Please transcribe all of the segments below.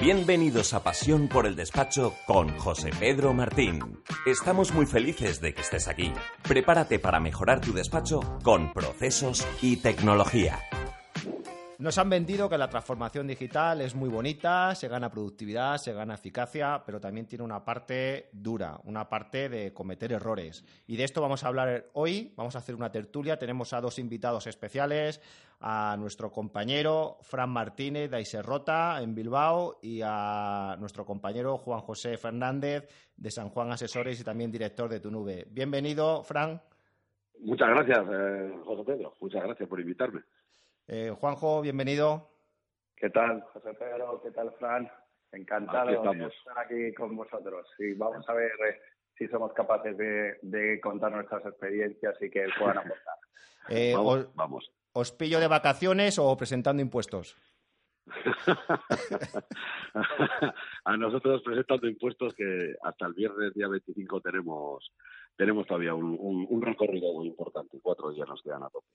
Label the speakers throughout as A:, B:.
A: Bienvenidos a Pasión por el Despacho con José Pedro Martín. Estamos muy felices de que estés aquí. Prepárate para mejorar tu despacho con procesos y tecnología.
B: Nos han vendido que la transformación digital es muy bonita, se gana productividad, se gana eficacia, pero también tiene una parte dura, una parte de cometer errores. Y de esto vamos a hablar hoy, vamos a hacer una tertulia. Tenemos a dos invitados especiales, a nuestro compañero Fran Martínez de Aiserrota en Bilbao y a nuestro compañero Juan José Fernández de San Juan Asesores y también director de TuNube. Bienvenido, Fran.
C: Muchas gracias, José Pedro. Muchas gracias por invitarme.
B: Juanjo, bienvenido.
D: ¿Qué tal, José Pedro? ¿Qué tal, Fran? Encantado de estar aquí con vosotros. Y vamos a ver si somos capaces de contar nuestras experiencias y que puedan aportar.
C: Vamos.
B: ¿Os pillo de vacaciones o presentando impuestos?
C: A nosotros presentando impuestos que hasta el viernes día 25 tenemos todavía un recorrido muy importante. 4 días nos quedan a tope.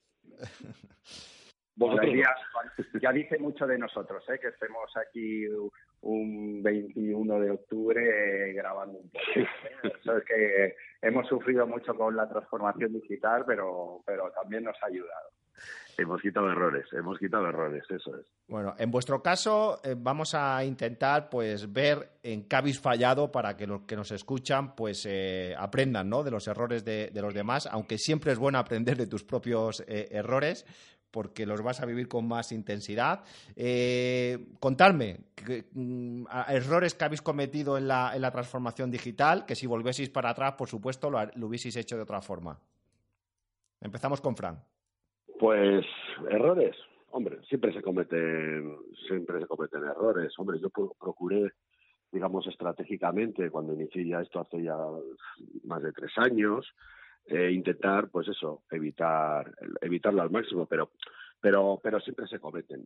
D: Ya dice mucho de nosotros, que estemos aquí un 21 de octubre grabando un poco. Eso es que hemos sufrido mucho con la transformación digital, pero también nos ha ayudado.
C: Hemos quitado errores, eso es.
B: Bueno, en vuestro caso vamos a intentar ver en qué habéis fallado para que los que nos escuchan aprendan, ¿no?, de los errores de los demás, aunque siempre es bueno aprender de tus propios errores, porque los vas a vivir con más intensidad. Contadme errores que habéis cometido en la transformación digital, que si volvieseis para atrás, por supuesto, lo hubieseis hecho de otra forma. Empezamos con Fran.
C: Pues errores, hombre, siempre se cometen errores. Hombre, yo procuré, digamos, estratégicamente, cuando inicié ya esto hace ya más de 3 años, intentar, pues eso, evitarlo al máximo, pero siempre se cometen.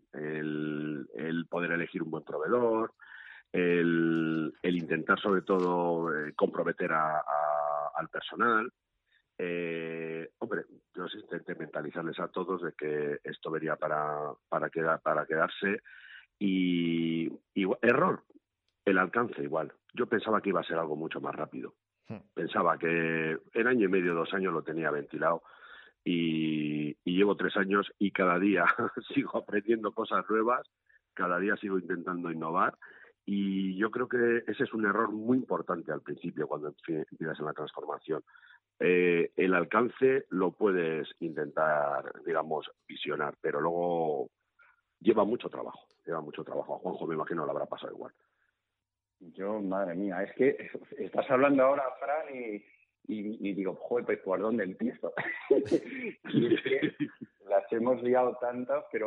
C: El poder elegir un buen proveedor, el intentar sobre todo comprometer al personal. Hombre, yo intenté mentalizarles a todos de que esto venía para quedarse y error, el alcance igual. Yo pensaba que iba a ser algo mucho más rápido. Pensaba que en año y medio, 2 años lo tenía ventilado y llevo 3 años y cada día sigo aprendiendo cosas nuevas, cada día sigo intentando innovar y yo creo que ese es un error muy importante al principio cuando empiezas en la transformación. El alcance lo puedes intentar, digamos, visionar, pero luego lleva mucho trabajo. A Juanjo me imagino le habrá pasado igual.
D: Yo, madre mía, es que estás hablando ahora, Fran, y digo, joder, pues ¿por dónde empiezo? Y es que las hemos liado tantas, pero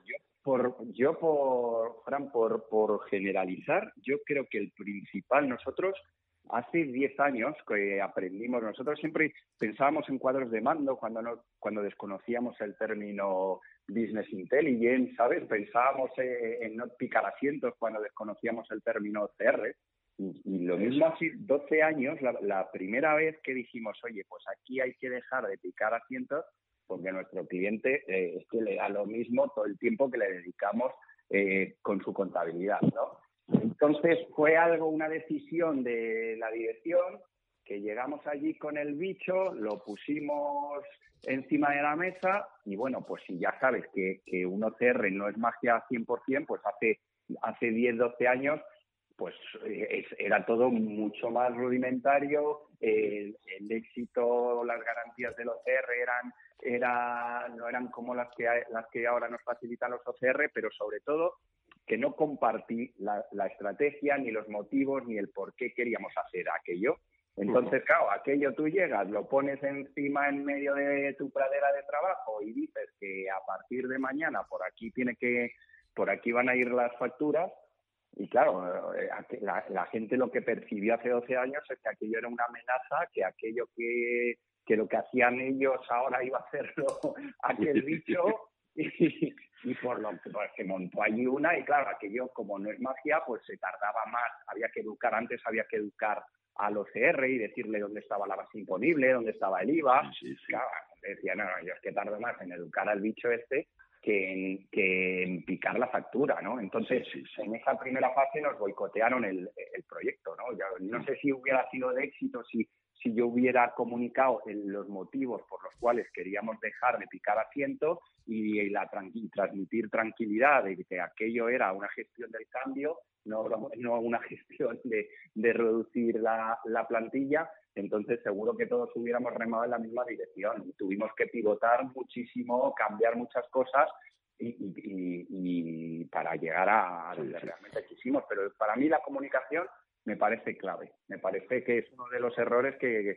D: Fran, por generalizar, yo creo que el principal, nosotros hace 10 años que aprendimos, nosotros siempre pensábamos en cuadros de mando cuando desconocíamos el término Business Intelligence, ¿sabes? Pensábamos en no picar asientos cuando desconocíamos el término OCR. Y lo mismo así, 12 años, la primera vez que dijimos, oye, pues aquí hay que dejar de picar asientos porque nuestro cliente es que le da lo mismo todo el tiempo que le dedicamos con su contabilidad, ¿no? Entonces fue una decisión de la dirección que llegamos allí con el bicho, lo pusimos encima de la mesa y bueno, pues si ya sabes que un OCR no es magia 100%, pues hace 10, 12 años pues era todo mucho más rudimentario, el éxito, las garantías del OCR no eran como las que ahora nos facilitan los OCR, pero sobre todo que no compartí la estrategia, ni los motivos, ni el por qué queríamos hacer aquello. Entonces, claro, aquello tú llegas, lo pones encima en medio de tu pradera de trabajo y dices que a partir de mañana por aquí van a ir las facturas. Y claro, la gente lo que percibió hace 12 años es que aquello era una amenaza, que aquello que lo que hacían ellos ahora iba a hacerlo aquel bicho. Y por lo que se montó allí y claro, aquello como no es magia, pues se tardaba más, había que educar al OCR y decirle dónde estaba la base imponible, dónde estaba el IVA. Sí. Claro, decía, no, yo es que tardo más en educar al bicho que en picar la factura, ¿no? Entonces, en esa primera fase nos boicotearon el proyecto, ¿no? Ya, no sé si hubiera sido de éxito si yo hubiera comunicado los motivos por los cuales queríamos dejar de picar asiento y transmitir tranquilidad de que aquello era una gestión del cambio, no una gestión de reducir la plantilla. Entonces seguro que todos hubiéramos remado en la misma dirección. Tuvimos que pivotar muchísimo, cambiar muchas cosas y para llegar a donde realmente quisimos. Pero para mí la comunicación me parece clave. Me parece que es uno de los errores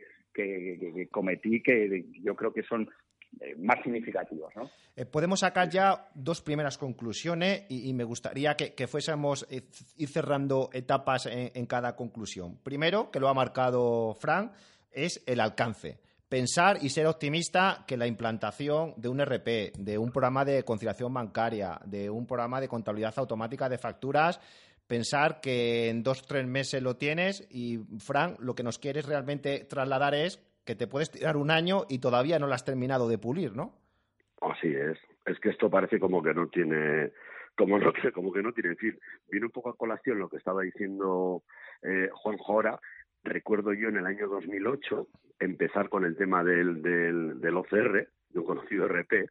D: que cometí, que yo creo que son más significativos, ¿no?
B: Podemos sacar ya dos primeras conclusiones y me gustaría que fuésemos ir cerrando etapas en cada conclusión. Primero, que lo ha marcado Fran, es el alcance. Pensar y ser optimista que la implantación de un RP, de un programa de conciliación bancaria, de un programa de contabilidad automática de facturas, pensar que en 2 o 3 meses lo tienes y, Fran, lo que nos quieres realmente trasladar es que te puedes tirar un año y todavía no lo has terminado de pulir, ¿no?
C: Así es. Es que esto parece como que no tiene, como que no tiene fin. Viene un poco a colación lo que estaba diciendo Juanjo ahora. Recuerdo yo en el año 2008 empezar con el tema del OCR, de un conocido RP,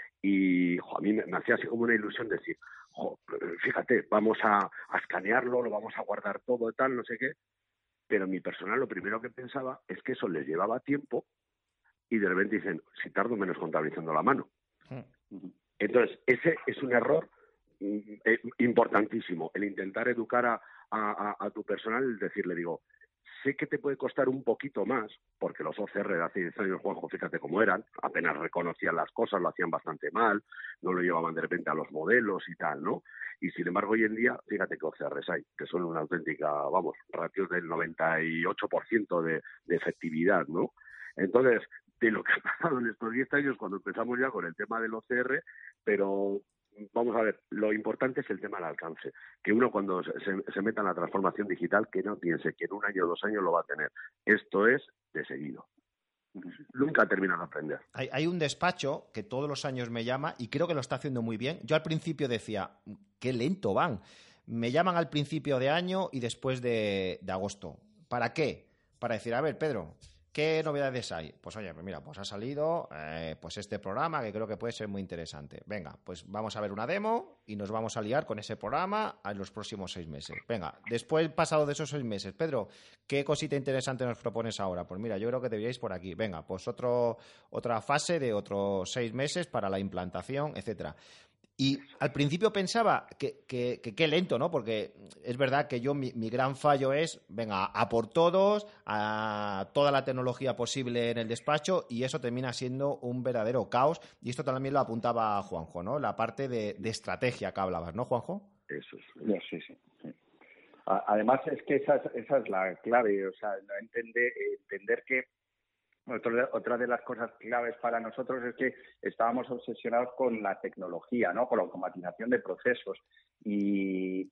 C: y a mí me hacía así como una ilusión decir, fíjate, vamos a escanearlo, lo vamos a guardar todo y tal, no sé qué. Pero mi personal lo primero que pensaba es que eso les llevaba tiempo y de repente dicen, si tardo menos contabilizando la mano. Entonces, ese es un error importantísimo, el intentar educar a tu personal, es decir, le digo, sé que te puede costar un poquito más, porque los OCR de hace 10 años, Juanjo, fíjate cómo eran, apenas reconocían las cosas, lo hacían bastante mal, no lo llevaban de repente a los modelos y tal, ¿no? Y sin embargo, hoy en día, fíjate que OCRs hay, que son una auténtica, ratios del 98% de efectividad, ¿no? Entonces, de lo que ha pasado en estos 10 años cuando empezamos ya con el tema del OCR, pero vamos a ver, lo importante es el tema del alcance, que uno cuando se meta en la transformación digital, que no piense que en 1 año o 2 años lo va a tener. Esto es de seguido. Nunca termina de aprender.
B: Hay un despacho que todos los años me llama y creo que lo está haciendo muy bien. Yo al principio decía, qué lento van. Me llaman al principio de año y después de agosto. ¿Para qué? Para decir, a ver, Pedro, ¿qué novedades hay? Pues oye, mira, pues ha salido pues este programa que creo que puede ser muy interesante. Venga, pues vamos a ver una demo y nos vamos a liar con ese programa en los próximos 6 meses. Venga, después, pasado de esos 6 meses, Pedro, ¿qué cosita interesante nos propones ahora? Pues mira, yo creo que deberíais por aquí. Venga, pues otra fase de otros 6 meses para la implantación, etcétera. Y al principio pensaba que qué lento, ¿no? Porque es verdad que yo mi gran fallo es, venga, a por todos, a toda la tecnología posible en el despacho y eso termina siendo un verdadero caos. Y esto también lo apuntaba Juanjo, ¿no? La parte de estrategia que hablabas, ¿no, Juanjo?
D: Eso es. Sí. Además, es que esa es la clave, o sea, entender que otra de las cosas claves para nosotros es que estábamos obsesionados con la tecnología, ¿no? Con la automatización de procesos y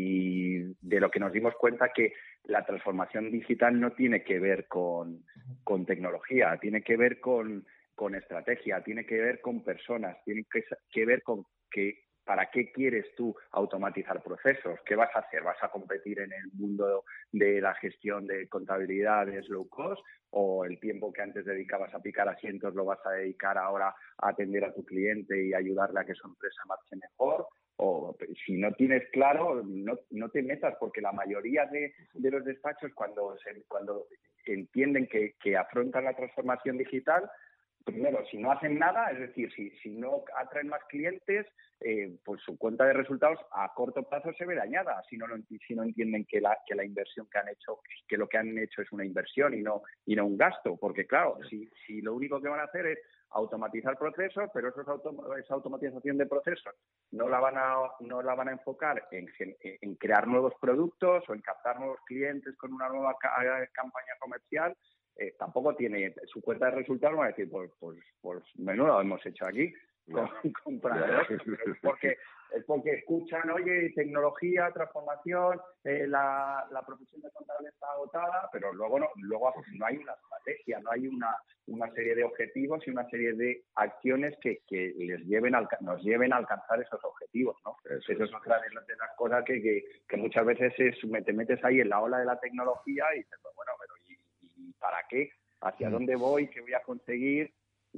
D: de lo que nos dimos cuenta que la transformación digital no tiene que ver con tecnología, tiene que ver con estrategia, tiene que ver con personas, tiene que ver con ¿para qué quieres tú automatizar procesos? ¿Qué vas a hacer? ¿Vas a competir en el mundo de la gestión de contabilidad de low cost? ¿O el tiempo que antes dedicabas a picar asientos lo vas a dedicar ahora a atender a tu cliente y ayudarle a que su empresa marche mejor? O si no tienes claro, no te metas, porque la mayoría de los despachos cuando entienden que afrontan la transformación digital, primero, si no hacen nada, es decir, si no atraen más clientes, pues su cuenta de resultados a corto plazo se ve dañada, si no entienden que la inversión que han hecho, que lo que han hecho es una inversión y no un gasto, porque claro, si lo único que van a hacer es automatizar procesos, pero esa automatización de procesos no la van a enfocar en crear nuevos productos o en captar nuevos clientes con una nueva campaña comercial, tampoco tiene su cuenta de resultados, van a decir, pues menudo hemos hecho aquí. compran, ¿no? Es porque escuchan, oye, tecnología, transformación, la profesión de contable está agotada, pero luego no hay una estrategia, no hay una serie de objetivos y una serie de acciones que nos lleven a alcanzar esos objetivos, ¿no? Eso es otra de las cosas que muchas veces te metes ahí en la ola de la tecnología y dices, pues bueno, pero ¿y para qué? ¿Hacia dónde voy? ¿Qué voy a conseguir?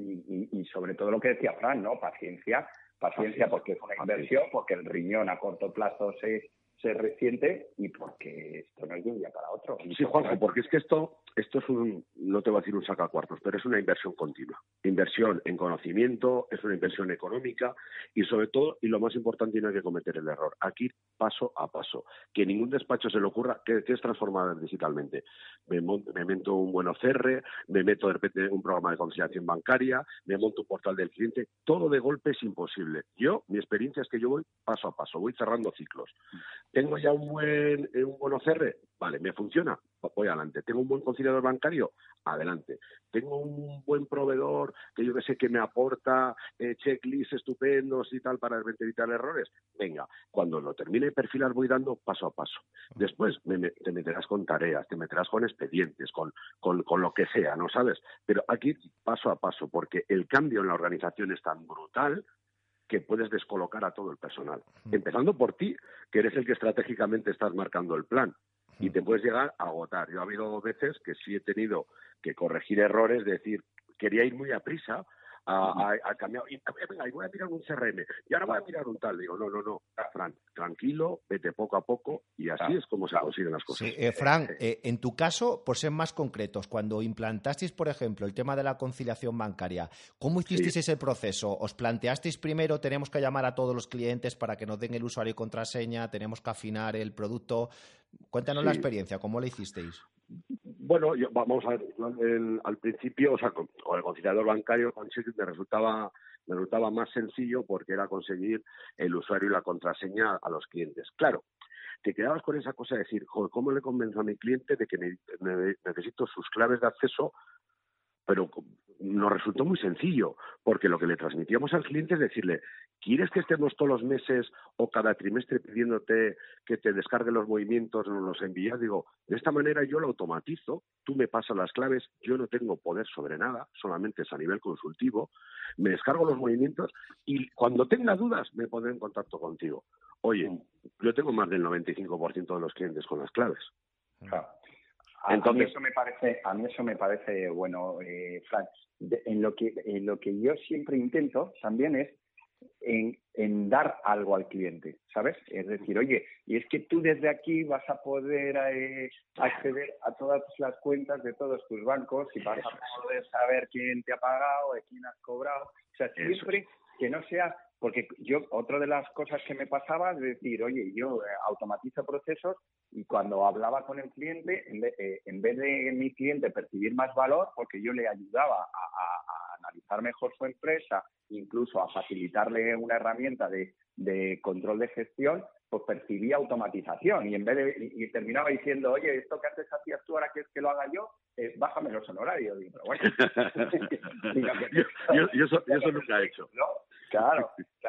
D: Y sobre todo lo que decía Fran, ¿no? Paciencia, porque es una inversión, porque el riñón a corto plazo se resiente y porque esto no es de un día para otro.
C: Sí, Juanjo, porque es que esto es no te voy a decir un sacacuartos, pero es una inversión continua. Inversión en conocimiento, es una inversión económica y sobre todo, y lo más importante, no hay que cometer el error. Aquí, paso a paso. Que ningún despacho se le ocurra que es transformar digitalmente. Me meto un buen OCR, me meto de repente un programa de conciliación bancaria, me monto un portal del cliente. Todo de golpe es imposible. Mi experiencia es que yo voy paso a paso, voy cerrando ciclos. ¿Tengo ya un buen OCR? Vale, ¿me funciona? Voy adelante. ¿Tengo un buen conciliador bancario? Adelante. ¿Tengo un buen proveedor que yo que sé que me aporta checklists estupendos y tal para evitar errores? Venga, cuando lo termine de perfilar voy dando paso a paso. Después te meterás con tareas, te meterás con expedientes, con lo que sea, ¿no sabes? Pero aquí paso a paso, porque el cambio en la organización es tan brutal que puedes descolocar a todo el personal. Empezando por ti, que eres el que estratégicamente estás marcando el plan. Y te puedes llegar a agotar. Yo ha habido veces que sí he tenido que corregir errores, decir, quería ir muy a prisa, a cambiar, y venga, y voy a mirar un CRM, y ahora voy a mirar un tal. Digo, no, Fran, tranquilo, vete poco a poco, y así es como se consiguen las cosas.
B: Sí, Fran, en tu caso, por ser más concretos, cuando implantasteis, por ejemplo, el tema de la conciliación bancaria, ¿cómo hicisteis ese proceso? ¿Os planteasteis primero, tenemos que llamar a todos los clientes para que nos den el usuario y contraseña, tenemos que afinar el producto? Cuéntanos la experiencia, ¿cómo lo hicisteis?
C: Bueno, vamos a ver, al principio, o sea, con el conciliador bancario con Checkit me resultaba más sencillo porque era conseguir el usuario y la contraseña a los clientes. Claro, te quedabas con esa cosa de decir, joder, ¿cómo le convenzo a mi cliente de que necesito sus claves de acceso? Pero nos resultó muy sencillo, porque lo que le transmitíamos al cliente es decirle, ¿quieres que estemos todos los meses o cada trimestre pidiéndote que te descargue los movimientos, nos los envías? Digo, de esta manera yo lo automatizo, tú me pasas las claves, yo no tengo poder sobre nada, solamente es a nivel consultivo, me descargo los movimientos y cuando tenga dudas me pondré en contacto contigo. Oye, yo tengo más del 95% de los clientes con las claves.
D: Claro. Entonces, a mí eso me parece bueno, Frank. En lo que yo siempre intento también es en dar algo al cliente, ¿sabes? Es decir, oye, y es que tú desde aquí vas a poder acceder a todas las cuentas de todos tus bancos y vas a poder saber quién te ha pagado, de quién has cobrado. O sea, siempre que no sea... Porque otra de las cosas que me pasaba es decir, oye, yo automatizo procesos y cuando hablaba con el cliente, en vez de mi cliente percibir más valor, porque yo le ayudaba a analizar mejor su empresa, incluso a facilitarle una herramienta de control de gestión, pues percibía automatización y terminaba diciendo, oye, esto que antes hacías tú, ahora quieres que lo haga yo, bájame los honorarios. Digo, pero bueno.
C: yo eso nunca he hecho.
D: ¿No? Claro.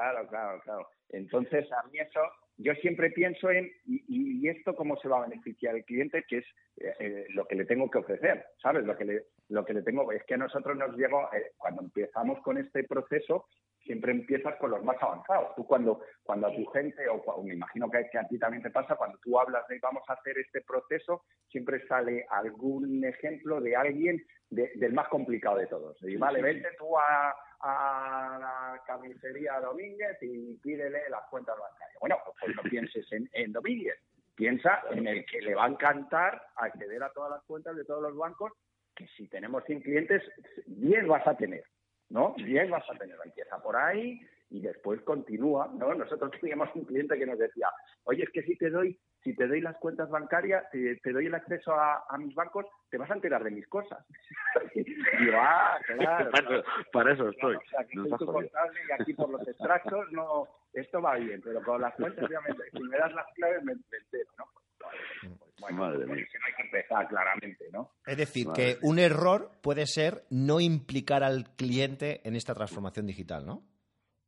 D: Entonces, a mí eso, yo siempre pienso en, ¿y esto cómo se va a beneficiar el cliente? Que es lo que le tengo que ofrecer, ¿sabes? Lo que le tengo, es que a nosotros nos llegó, cuando empezamos con este proceso, siempre empiezas con los más avanzados. Tú cuando a tu gente, o me imagino que a ti también te pasa, cuando tú hablas de vamos a hacer este proceso, siempre sale algún ejemplo de alguien del más complicado de todos. Y vale, vente tú a la carnicería Domínguez y pídele las cuentas bancarias. Bueno, pues no pienses en Domínguez, piensa en el que le va a encantar acceder a todas las cuentas de todos los bancos, que si tenemos 100 clientes, 10 vas a tener. ¿No? 10 vas a tener, empieza por ahí y después continúa, ¿no? Nosotros teníamos un cliente que nos decía, oye, es que si te doy las cuentas bancarias, te doy el acceso a mis bancos, te vas a enterar de mis cosas. Y yo, claro.
C: Para eso estoy.
D: O sea, que soy tu contable y aquí por los extractos, no, esto va bien, pero con las cuentas, obviamente, si me das las claves, me entero, ¿no? Bueno,
C: madre mía.
D: No hay que empezar claramente, ¿no?
B: Es decir, que un error puede ser no implicar al cliente en esta transformación digital, ¿no?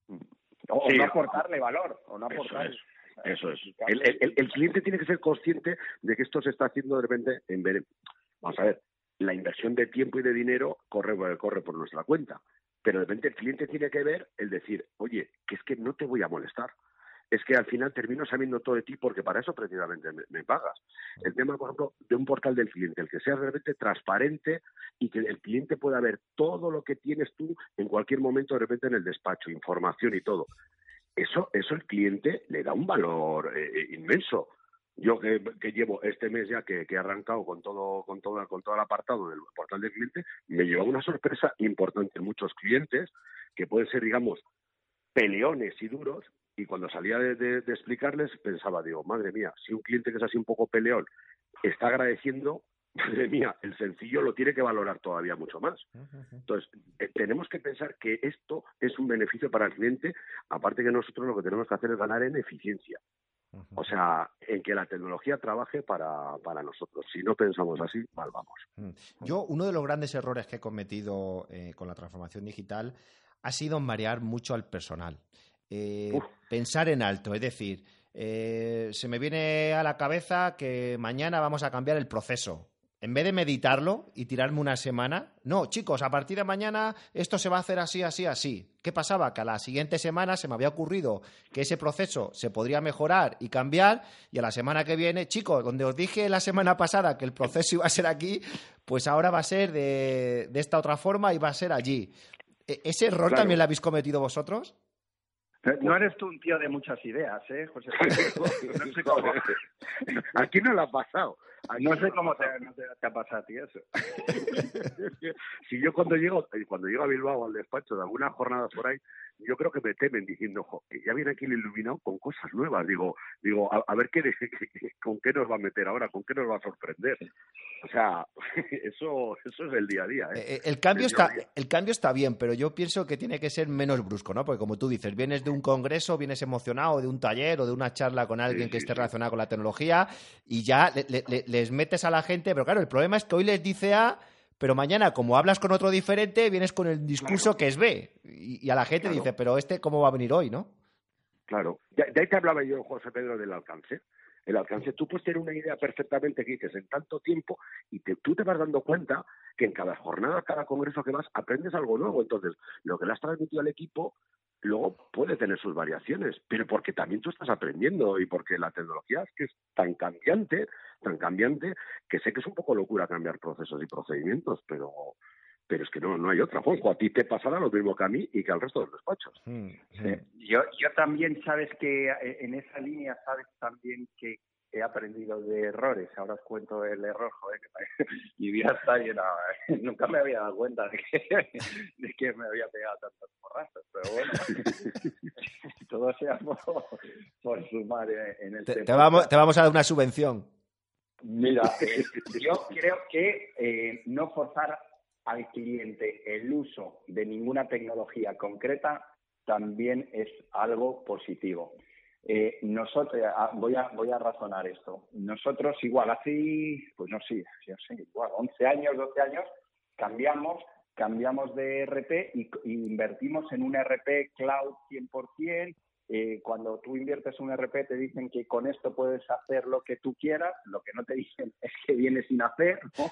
D: o no aportarle valor, o no aportarle.
C: Eso es. El cliente tiene que ser consciente de que esto se está haciendo de repente en vez de... Vamos a ver, la inversión de tiempo y de dinero corre por nuestra cuenta, pero de repente el cliente tiene que ver el decir, oye, que es que no te voy a molestar. Es que al final termino sabiendo todo de ti porque para eso precisamente me pagas. El tema, por ejemplo, de un portal del cliente, el que sea realmente transparente y que el cliente pueda ver todo lo que tienes tú en cualquier momento de repente en el despacho, información y todo. Eso el cliente le da un valor inmenso. Yo que llevo este mes ya que he arrancado con todo el apartado del portal del cliente, me lleva una sorpresa importante en muchos clientes que pueden ser, digamos, peleones y duros, y cuando salía de explicarles pensaba, digo, madre mía, si un cliente que es así un poco peleón está agradeciendo, madre mía, el sencillo lo tiene que valorar todavía mucho más. Entonces, tenemos que pensar que esto es un beneficio para el cliente, aparte que nosotros lo que tenemos que hacer es ganar en eficiencia. O sea, en que la tecnología trabaje para nosotros. Si no pensamos así, mal vamos.
B: Yo, uno de los grandes errores que he cometido con la transformación digital ha sido marear mucho al personal. Pensar en alto, es decir, se me viene a la cabeza que mañana vamos a cambiar el proceso. En vez de meditarlo y tirarme una semana, no, chicos, a partir de mañana esto se va a hacer así, así, así. ¿Qué pasaba? Que a la siguiente semana se me había ocurrido que ese proceso se podría mejorar y cambiar, y a la semana que viene, chicos, donde os dije la semana pasada que el proceso iba a ser aquí, pues ahora va a ser de esta otra forma y va a ser allí. ¿Ese error también lo habéis cometido vosotros?
D: No eres tú un tío de muchas ideas, José? No sé cómo.
C: Aquí no lo ha pasado.
D: No sé cómo te ha pasado a ti eso.
C: Si yo cuando llego a Bilbao al despacho de algunas jornadas por ahí, yo creo que me temen diciendo, que ya viene aquí el iluminado con cosas nuevas. Digo, a ver con qué nos va a meter ahora, con qué nos va a sorprender. O sea, eso es el día a día.
B: El cambio está bien, pero yo pienso que tiene que ser menos brusco, ¿no? Porque como tú dices, vienes de un congreso, vienes emocionado, de un taller o de una charla con alguien que esté relacionado con la tecnología y ya les metes a la gente, pero claro, el problema es que hoy les dice A, pero mañana, como hablas con otro diferente, vienes con el discurso que es B. Y a la gente dice, pero ¿cómo va a venir hoy, no?
C: Claro. De ahí te hablaba yo, José Pedro, del alcance. El alcance, tú puedes tener una idea perfectamente que dices en tanto tiempo y tú te vas dando cuenta que en cada jornada, cada congreso que vas, aprendes algo nuevo. Entonces, lo que le has transmitido al equipo luego puede tener sus variaciones, pero porque también tú estás aprendiendo y porque la tecnología es que es tan cambiante, que sé que es un poco locura cambiar procesos y procedimientos, pero es que no hay otra. Juanjo, a ti te pasará lo mismo que a mí y que al resto de los despachos.
D: Sí. Yo también, sabes que en esa línea, sabes también que he aprendido de errores. Ahora os cuento el error, joder, que mi vida está llena. Nunca me había dado cuenta de que me había pegado tantos porrazos, pero bueno, todo sea por sumar en el
B: tema. Te vamos a dar una subvención.
D: Mira, yo creo que no forzar al cliente el uso de ninguna tecnología concreta también es algo positivo. Nosotros, voy a razonar esto. Nosotros igual hace, pues no sé, igual 11 años, 12 años, cambiamos de ERP y invertimos en un ERP cloud 100%. Cuando tú inviertes un ERP te dicen que con esto puedes hacer lo que tú quieras, lo que no te dicen es que viene sin hacer, ¿no?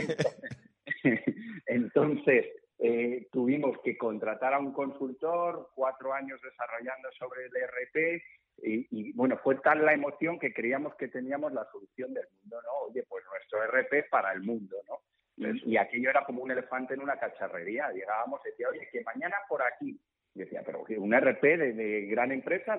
D: Entonces, tuvimos que contratar a un consultor, 4 años desarrollando sobre el ERP y bueno, fue tal la emoción que creíamos que teníamos la solución del mundo, ¿no? Oye, pues nuestro ERP para el mundo, ¿no? Y aquello era como un elefante en una cacharrería. Llegábamos y decía, oye, que mañana por aquí. Y decía, pero un ERP de gran empresa,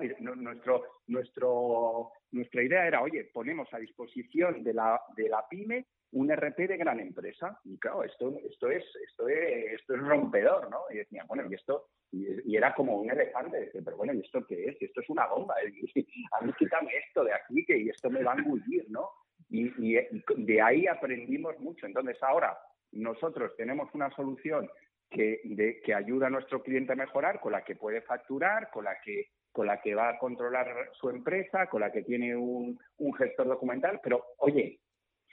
D: nuestra idea era, oye, ponemos a disposición de la pyme un ERP de gran empresa. Y claro, esto es rompedor, ¿no? Y decía, bueno, y era como un elefante. Decía, pero bueno, ¿y esto qué es? Esto es una bomba. Y a mí quítame esto de aquí, que y esto me va a engullir, ¿no? Y de ahí aprendimos mucho. Entonces ahora nosotros tenemos una solución que ayuda a nuestro cliente a mejorar, con la que puede facturar, con la que va a controlar su empresa, con la que tiene un gestor documental, pero oye,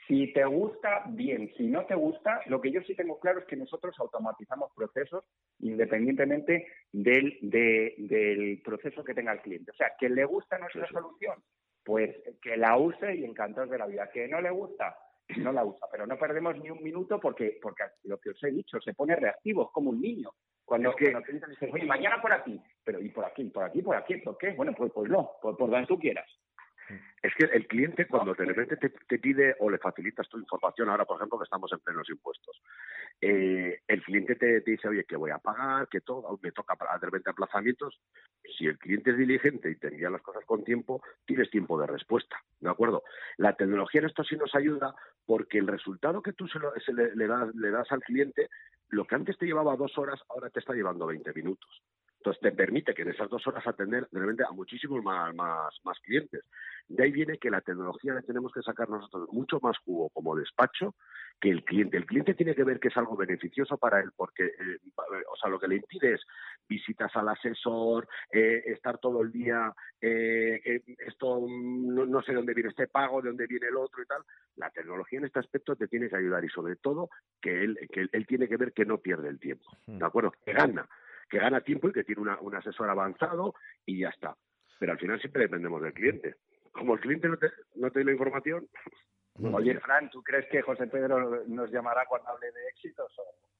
D: Si te gusta, bien. Si no te gusta, lo que yo sí tengo claro es que nosotros automatizamos procesos independientemente del proceso que tenga el cliente. O sea, que le gusta nuestra solución, pues que la use y encantados de la vida. Que no le gusta, no la usa. Pero no perdemos ni un minuto porque lo que os he dicho, se pone reactivo, es como un niño. Cuando te dicen, oye, mañana por aquí, pero y por aquí, por aquí, por aquí, ¿por qué? Bueno, pues no, por donde tú quieras.
C: Es que el cliente cuando de repente te pide o le facilitas tu información, ahora por ejemplo que estamos en plenos impuestos, el cliente te dice, oye, que voy a pagar, que todo, me toca de repente aplazamientos. Si el cliente es diligente y te envía las cosas con tiempo, tienes tiempo de respuesta, ¿de acuerdo? La tecnología en esto sí nos ayuda porque el resultado que tú le das al cliente, lo que antes te llevaba 2 horas, ahora te está llevando 20 minutos. Entonces te permite que en esas 2 horas atender de repente a muchísimos más clientes. De ahí viene que la tecnología la tenemos que sacar nosotros mucho más jugo como despacho que el cliente. El cliente tiene que ver que es algo beneficioso para él, porque lo que le impide es visitas al asesor, estar todo el día, esto no sé dónde viene este pago, de dónde viene el otro y tal. La tecnología en este aspecto te tiene que ayudar y sobre todo que él tiene que ver que no pierde el tiempo, ¿de acuerdo? Que gana tiempo y que tiene un asesor avanzado y ya está. Pero al final siempre dependemos del cliente. Como el cliente no te da la información...
D: Oye, Fran, ¿tú crees que José Pedro nos llamará cuando hable de éxitos?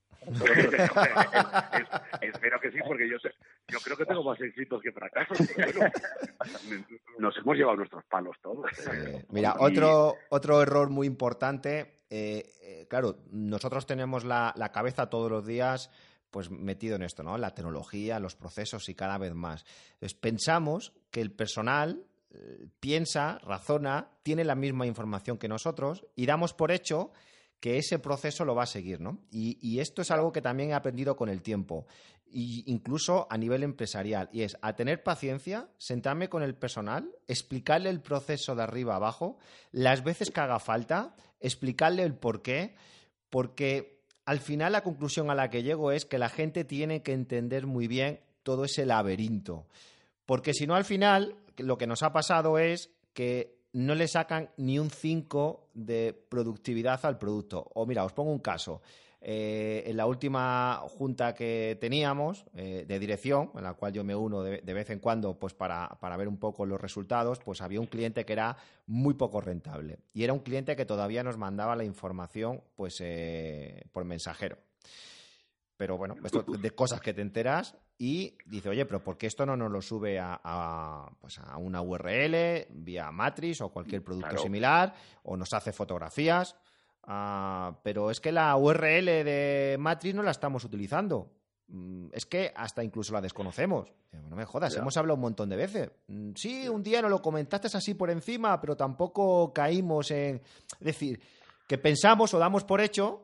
C: Espero que sí, porque yo creo que tengo más éxitos que fracasos. Bueno, nos hemos llevado nuestros palos todos.
B: Mira, otro error muy importante, claro, nosotros tenemos la cabeza todos los días pues metido en esto, ¿no? La tecnología, los procesos y cada vez más. Entonces, pensamos que el personal piensa, razona, tiene la misma información que nosotros y damos por hecho que ese proceso lo va a seguir, ¿no? Y esto es algo que también he aprendido con el tiempo, incluso a nivel empresarial, y es a tener paciencia, sentarme con el personal, explicarle el proceso de arriba a abajo, las veces que haga falta, explicarle el por qué, porque al final la conclusión a la que llego es que la gente tiene que entender muy bien todo ese laberinto, porque si no al final lo que nos ha pasado es que no le sacan ni un 5 de productividad al producto. O mira, os pongo un caso. En la última junta que teníamos de dirección, en la cual yo me uno de vez en cuando pues para ver un poco los resultados, pues había un cliente que era muy poco rentable. Y era un cliente que todavía nos mandaba la información pues por mensajero. Pero bueno, esto de cosas que te enteras y dice, oye, pero ¿por qué esto no nos lo sube a una URL vía Matrix o cualquier producto similar o nos hace fotografías? Pero es que la URL de Matrix no la estamos utilizando. Es que hasta incluso la desconocemos. No me jodas, hemos hablado un montón de veces. Sí, un día nos lo comentaste así por encima, pero tampoco caímos en... Es decir, que pensamos o damos por hecho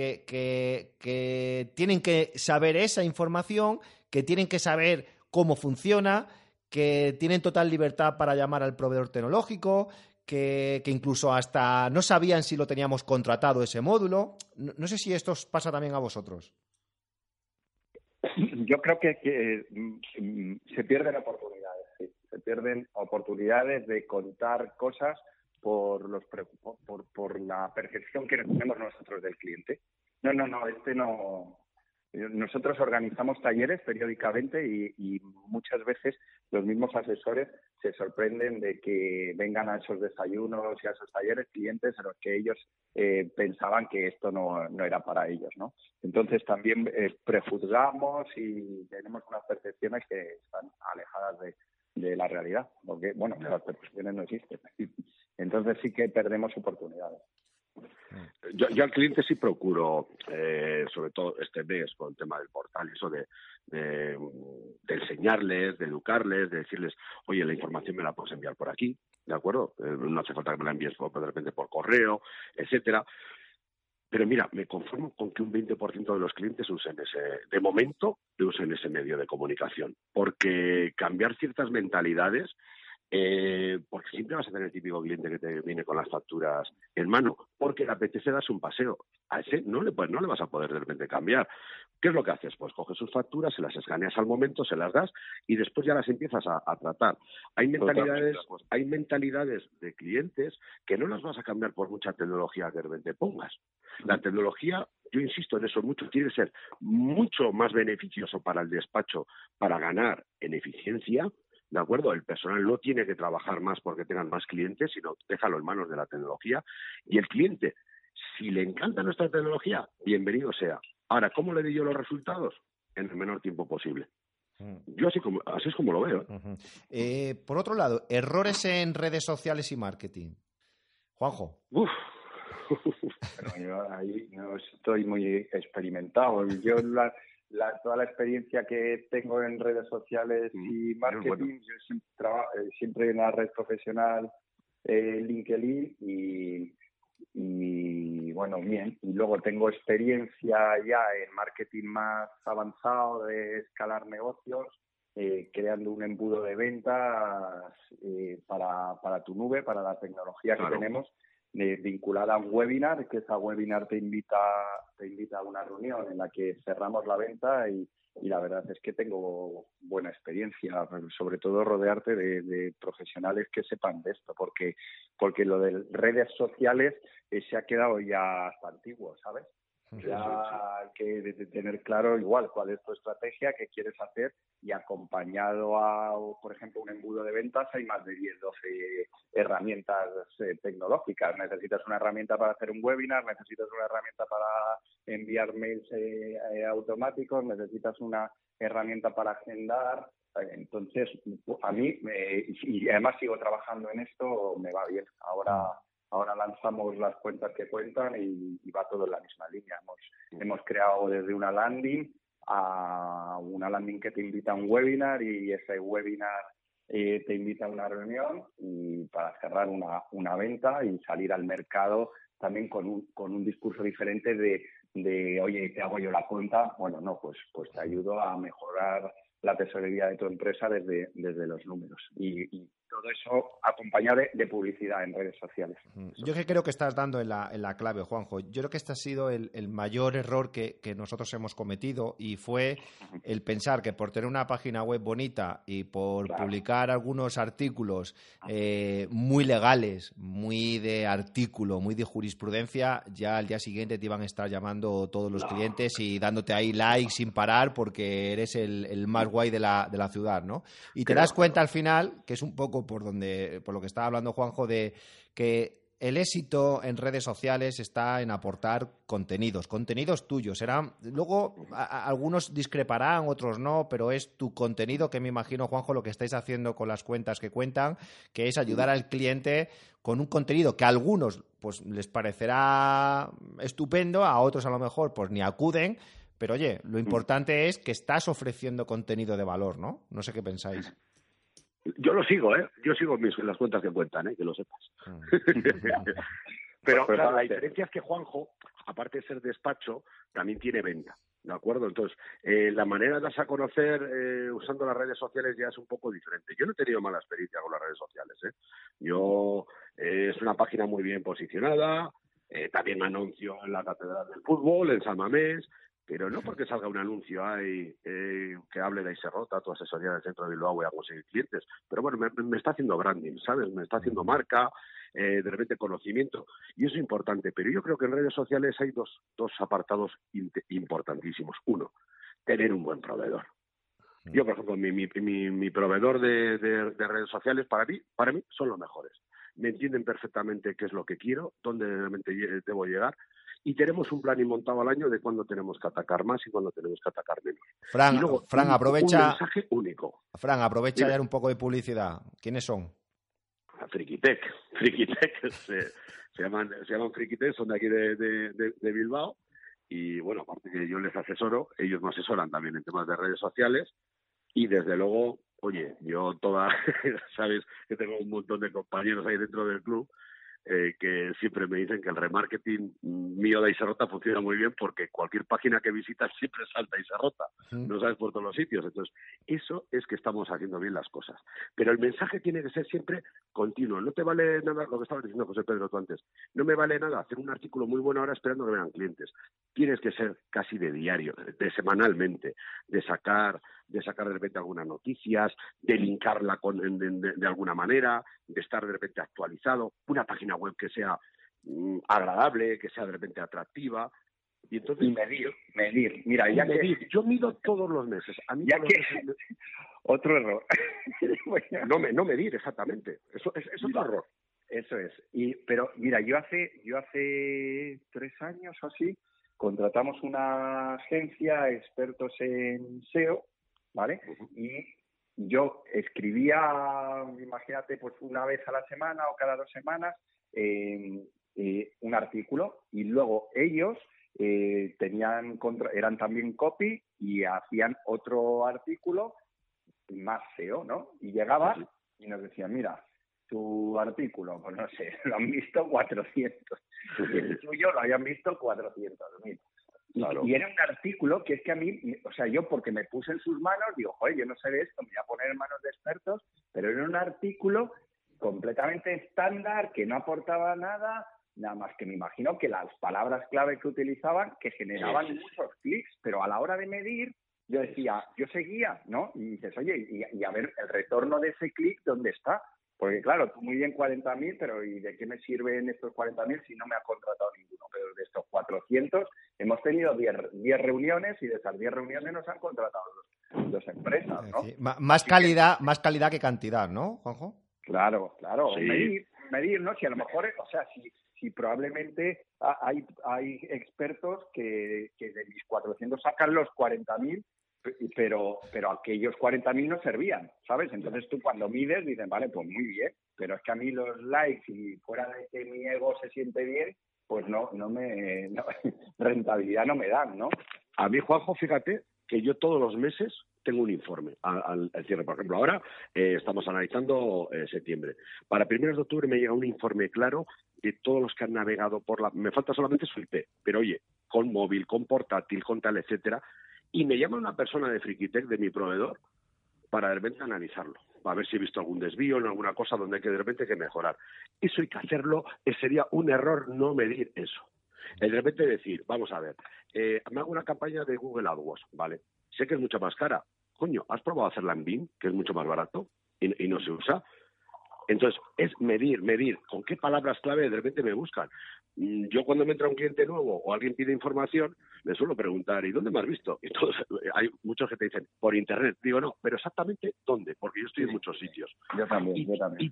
B: que tienen que saber esa información, que tienen que saber cómo funciona, que tienen total libertad para llamar al proveedor tecnológico, que incluso hasta no sabían si lo teníamos contratado ese módulo. No sé si esto os pasa también a vosotros.
D: Yo creo que se pierden oportunidades, sí. Se pierden oportunidades de contar cosas por la percepción que tenemos nosotros del cliente. No. Nosotros organizamos talleres periódicamente y muchas veces los mismos asesores se sorprenden de que vengan a esos desayunos y a esos talleres clientes en los que ellos pensaban que esto no era para ellos, ¿no? Entonces también prejuzgamos y tenemos unas percepciones que están alejadas de la realidad, porque, bueno, las percepciones no existen. Entonces sí que perdemos oportunidades.
C: Yo al cliente sí procuro, sobre todo este mes con el tema del portal, eso de enseñarles, de educarles, de decirles, oye, la información me la puedes enviar por aquí, ¿de acuerdo? No hace falta que me la envíes de repente por correo, etcétera. Pero mira, me conformo con que un 20% de los clientes usen usen ese medio de comunicación, porque cambiar ciertas mentalidades Porque siempre vas a tener el típico cliente que te viene con las facturas en mano, porque le apetece darse un paseo. A ese no le vas a poder de repente cambiar. ¿Qué es lo que haces? Pues coges sus facturas, se las escaneas al momento, se las das y después ya las empiezas a tratar. Hay mentalidades de clientes que no las vas a cambiar por mucha tecnología que de repente pongas. La tecnología, yo insisto en eso mucho, tiene que ser mucho más beneficioso para el despacho para ganar en eficiencia. ¿De acuerdo? El personal no tiene que trabajar más porque tengan más clientes, sino déjalo en manos de la tecnología. Y el cliente, si le encanta nuestra tecnología, bienvenido sea. Ahora, ¿cómo le doy yo los resultados? En el menor tiempo posible. Yo así es como lo veo.
B: Por otro lado, errores en redes sociales y marketing. Juanjo.
D: Bueno, yo ahí no estoy muy experimentado. Yo toda la experiencia que tengo en redes sociales y marketing, yo siempre en la red profesional LinkedIn y bueno, bien. Y luego tengo experiencia ya en marketing más avanzado de escalar negocios, creando un embudo de ventas para tu nube, para la tecnología que tenemos, vinculada a un webinar, que esa webinar te invita a una reunión en la que cerramos la venta y la verdad es que tengo buena experiencia, sobre todo rodearte de profesionales que sepan de esto, porque lo de redes sociales se ha quedado ya hasta antiguo, ¿sabes? Ya hay que tener claro igual cuál es tu estrategia, qué quieres hacer y acompañado a, por ejemplo, un embudo de ventas hay más de 10, 12 herramientas tecnológicas. Necesitas una herramienta para hacer un webinar, necesitas una herramienta para enviar mails automáticos, necesitas una herramienta para agendar. Entonces, a mí, y además sigo trabajando en esto, me va bien. Ahora lanzamos las cuentas que cuentan y va todo en la misma línea. Hemos creado desde una landing a una landing que te invita a un webinar y ese webinar te invita a una reunión y para cerrar una venta y salir al mercado también con un discurso diferente de oye, te hago yo la cuenta. Bueno, no, pues te ayudo a mejorar la tesorería de tu empresa desde los números y todo eso acompañado de publicidad en redes sociales.
B: Yo creo que estás dando en la clave, Juanjo. Yo creo que este ha sido el mayor error que nosotros hemos cometido y fue el pensar que por tener una página web bonita y por publicar algunos artículos muy legales, muy de artículo, muy de jurisprudencia, ya al día siguiente te iban a estar llamando todos los clientes y dándote ahí likes sin parar porque eres el más guay de la ciudad, ¿no? Y te das cuenta al final, que es un poco por lo que estaba hablando Juanjo, de que el éxito en redes sociales está en aportar contenidos tuyos. Luego algunos discreparán, otros no, pero es tu contenido que me imagino, Juanjo, lo que estáis haciendo con las cuentas que cuentan, que es ayudar al cliente con un contenido que a algunos pues les parecerá estupendo, a otros a lo mejor pues ni acuden, pero oye, lo importante es que estás ofreciendo contenido de valor, ¿no? No sé qué pensáis.
C: Yo lo sigo, ¿eh? Yo sigo las cuentas que cuentan, ¿eh? Que lo sepas. Pero claro, la diferencia es que Juanjo, aparte de ser despacho, también tiene venta, ¿de acuerdo? Entonces, la manera de darse a conocer usando las redes sociales ya es un poco diferente. Yo no he tenido mala experiencia con las redes sociales, ¿eh? Es una página muy bien posicionada, también anuncio en la Catedral del Fútbol, en San Mamés, pero no porque salga un anuncio ahí que hable de Iserrota, tu asesoría del centro de Bilbao, voy a conseguir clientes. Pero bueno, me está haciendo branding, ¿sabes? Me está haciendo marca, de repente conocimiento, y eso es importante. Pero yo creo que en redes sociales hay dos apartados importantísimos. Uno, tener un buen proveedor. Yo, por ejemplo, mi proveedor de redes sociales, para mí son los mejores. Me entienden perfectamente qué es lo que quiero, dónde realmente debo llegar. Y tenemos un plan montado al año de cuándo tenemos que atacar más y cuándo tenemos que atacar menos.
B: Fran,
C: y luego,
B: aprovecha.
C: Un mensaje único.
B: Fran, aprovecha ya un poco de publicidad. ¿Quiénes son?
C: Frikitech. Se llaman Frikitech, son de aquí de Bilbao. Y bueno, aparte que yo les asesoro, ellos me asesoran también en temas de redes sociales. Y desde luego, oye, yo sabes que tengo un montón de compañeros ahí dentro del club. que siempre me dicen que el remarketing mío de Iserrota funciona muy bien porque cualquier página que visitas siempre salta Iserrota, no sabes por todos los sitios. Entonces, eso es que estamos haciendo bien las cosas. Pero el mensaje tiene que ser siempre continuo. No te vale nada lo que estabas diciendo, José Pedro, tú antes. No me vale nada hacer un artículo muy bueno ahora esperando que vengan clientes. Tienes que ser casi de diario, de semanalmente, de sacar de repente algunas noticias, de linkarla de alguna manera, de estar de repente actualizado, una página web que sea agradable, que sea de repente atractiva. Y entonces
D: medir. Mira, ya
C: medir.
D: Que
C: yo mido todos los meses. A mí
D: ya que meses... otro error.
C: no medir, exactamente. Eso es otro error.
D: Eso es. Pero mira, yo hace 3 años o así contratamos una agencia expertos en SEO, ¿vale? Y yo escribía, imagínate, pues una vez a la semana o cada 2 semanas un artículo, y luego ellos eran también copy y hacían otro artículo más SEO, ¿no? Y llegaba y nos decían, mira, tu artículo, pues no sé, lo han visto 400. Y el suyo lo habían visto 400.000. Claro. Y era un artículo que es que a mí, o sea, yo porque me puse en sus manos, digo, joder, yo no sé de esto, me voy a poner en manos de expertos, pero era un artículo completamente estándar, que no aportaba nada más que me imagino que las palabras clave que utilizaban, que generaban muchos clics, pero a la hora de medir, yo seguía, ¿no? Y dices, oye, y a ver, el retorno de ese clic, ¿dónde está? Porque claro, tú muy bien 40.000, pero ¿y de qué me sirven estos 40.000 si no me ha contratado ninguno? Pero de estos 400 hemos tenido 10 reuniones y de esas 10 reuniones nos han contratado 2 empresas, ¿no?
B: Sí. Más calidad que cantidad, ¿no, Juanjo?
D: Claro.
C: Sí.
D: Medir, ¿no? Si a lo mejor, o sea, si probablemente hay expertos que de mis 400 sacan los 40.000, pero aquellos 40.000 no servían, ¿sabes? Entonces tú cuando mides dices, vale, pues muy bien, pero es que a mí los likes y fuera de que mi ego se siente bien, pues rentabilidad no me dan, ¿no?
C: A mí, Juanjo, fíjate que yo todos los meses tengo un informe al cierre. Por ejemplo, ahora estamos analizando septiembre. Para primeros de octubre me llega un informe claro de todos los que han navegado me falta solamente su IP, pero oye, con móvil, con portátil, con tal, etcétera. Y me llama una persona de Frikitech, de mi proveedor, para de repente analizarlo, a ver si he visto algún desvío en alguna cosa donde hay que de repente que mejorar. Eso hay que hacerlo, sería un error no medir eso. De repente decir, vamos a ver, me hago una campaña de Google AdWords, ¿vale? Sé que es mucho más cara. Coño, ¿has probado hacerla en Bing, que es mucho más barato y no se usa? Entonces, es medir con qué palabras clave de repente me buscan. Yo cuando me entra un cliente nuevo o alguien pide información, le suelo preguntar, ¿y dónde me has visto? Y todos, hay muchos que te dicen, por internet. Digo, no, pero exactamente dónde, porque yo estoy en muchos sitios.
D: Yo también.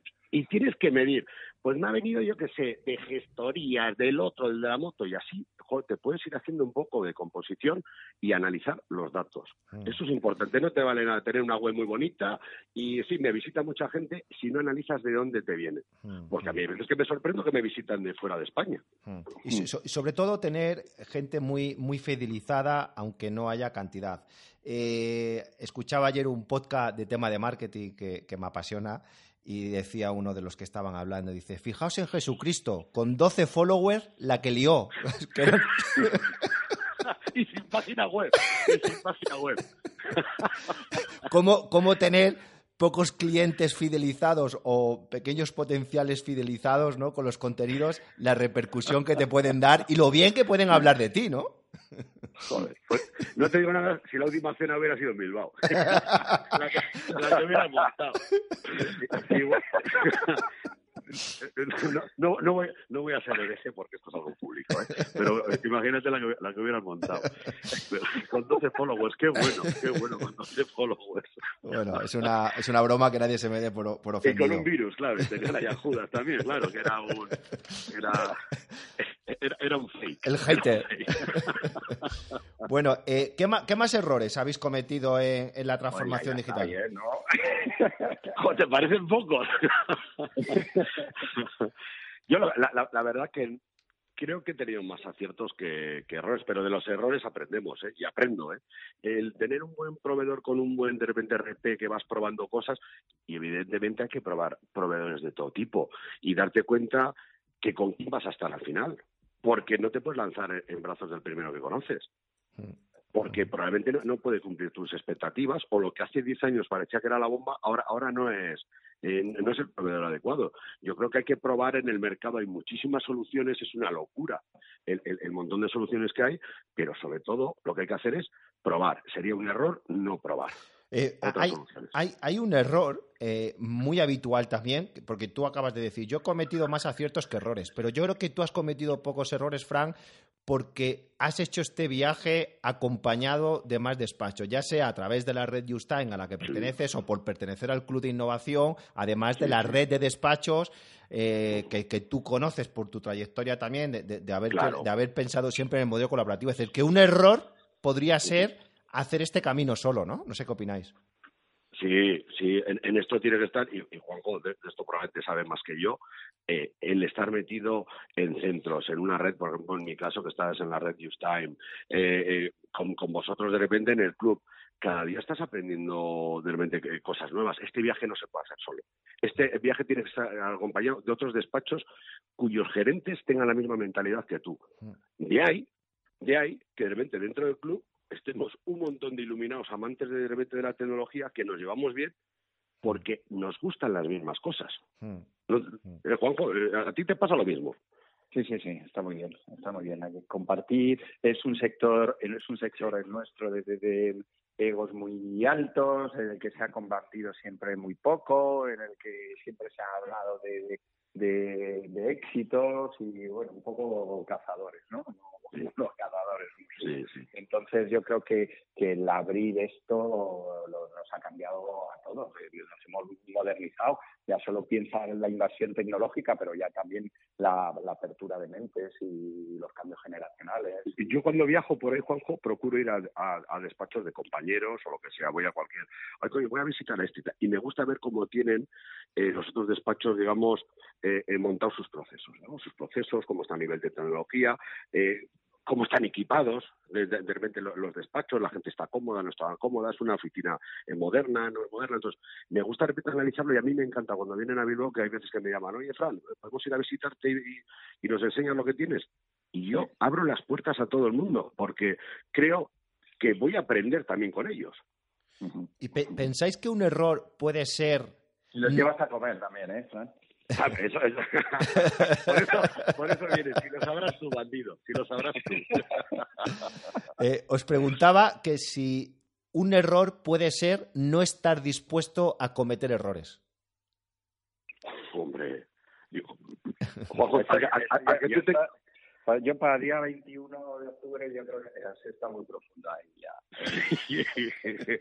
C: Y tienes que medir. Pues me ha venido, yo qué sé, de gestorías, del otro, del de la moto, y así, joder, te puedes ir haciendo un poco de composición y analizar los datos. Eso es importante. No te vale nada tener una web muy bonita y sí, me visita mucha gente si no analizas de dónde te viene. Porque a mí hay veces que me sorprendo que me visitan de fuera de España.
B: Y sobre todo tener gente muy, muy fidelizada, aunque no haya cantidad. Escuchaba ayer un podcast de tema de marketing que me apasiona y decía uno de los que estaban hablando, dice, fijaos en Jesucristo, con 12 followers la que lió.
C: Y sin página web.
B: ¿Cómo tener pocos clientes fidelizados o pequeños potenciales fidelizados, ¿no? Con los contenidos, la repercusión que te pueden dar y lo bien que pueden hablar de ti, ¿no?
C: Joder, pues no te digo nada si la última cena hubiera sido en Bilbao. la que hubiera montado. No voy a hacer hereje porque esto es algo público, ¿eh? Pero imagínate la que hubieran montado. Pero con 12 followers, qué bueno con 12 followers.
B: Bueno, es una broma que nadie se me dé por ofendido.
C: Y con un virus, claro, y tenía la Judas también, claro, que era un fake.
B: El hater. Bueno, ¿qué más errores habéis cometido en la transformación digital?
D: Ayer, ¿no?
C: ¿Te parecen pocos? Yo la verdad que creo que he tenido más aciertos que errores, pero de los errores aprendemos, y aprendo. El tener un buen proveedor con un buen, de repente, RP que vas probando cosas, y evidentemente hay que probar proveedores de todo tipo y darte cuenta que con quién vas a estar al final, porque no te puedes lanzar en brazos del primero que conoces, porque probablemente no puede cumplir tus expectativas, o lo que hace 10 años parecía que era la bomba, ahora no es el proveedor adecuado. Yo creo que hay que probar en el mercado, hay muchísimas soluciones, es una locura el montón de soluciones que hay, pero sobre todo lo que hay que hacer es probar. Sería un error no probar.
B: Hay un error muy habitual también, porque tú acabas de decir, yo he cometido más aciertos que errores, pero yo creo que tú has cometido pocos errores, Fran, porque has hecho este viaje acompañado de más despachos, ya sea a través de la red Justime a la que perteneces o por pertenecer al Club de Innovación, además de la red de despachos que tú conoces por tu trayectoria también, de haber pensado siempre en el modelo colaborativo. Es decir, que un error podría ser hacer este camino solo, ¿no? No sé qué opináis.
C: Sí, en esto tiene que estar, y Juanjo de esto probablemente sabe más que yo, el estar metido en centros, en una red, por ejemplo, en mi caso, que estás en la red Justime, con vosotros de repente en el club. Cada día estás aprendiendo de repente cosas nuevas. Este viaje no se puede hacer solo. Este viaje tiene que estar acompañado de otros despachos cuyos gerentes tengan la misma mentalidad que tú. De ahí que de repente dentro del club estemos un montón de iluminados amantes de repente de la tecnología que nos llevamos bien porque nos gustan las mismas cosas. Juanjo, ¿a ti te pasa lo mismo?
D: Sí, está muy bien. Hay que compartir. Es un sector el nuestro de egos muy altos, en el que se ha compartido siempre muy poco, en el que siempre se ha hablado de éxitos y, bueno, un poco cazadores, ¿no? Los cazadores.
C: Sí.
D: Entonces yo creo que el abrir esto nos ha cambiado a todos, nos hemos modernizado, ya solo piensa en la invasión tecnológica, pero ya también la apertura de mentes y los cambios generacionales.
C: Yo cuando viajo por ahí, Juanjo, procuro ir a despachos de compañeros o lo que sea, voy a visitar a este, y me gusta ver cómo tienen los otros despachos, digamos, montados sus procesos, ¿no? Sus procesos, cómo está a nivel de tecnología, cómo están equipados, de repente los despachos, la gente está cómoda, no está cómoda, es una oficina moderna, no es moderna, entonces me gusta de repente analizarlo y a mí me encanta cuando vienen a Bilbao, que hay veces que me llaman, oye Fran, ¿podemos ir a visitarte y nos enseñas lo que tienes? Y yo abro las puertas a todo el mundo, porque creo que voy a aprender también con ellos.
B: ¿Y pensáis que un error puede ser...
D: Y los llevas a comer también, Fran?
C: Eso. Por eso viene, si lo sabrás tú, bandido, si lo sabrás tú.
B: Os preguntaba que si un error puede ser no estar dispuesto a cometer errores.
C: Hombre,
D: yo para el día 21 de octubre yo creo que está muy profunda ahí ya.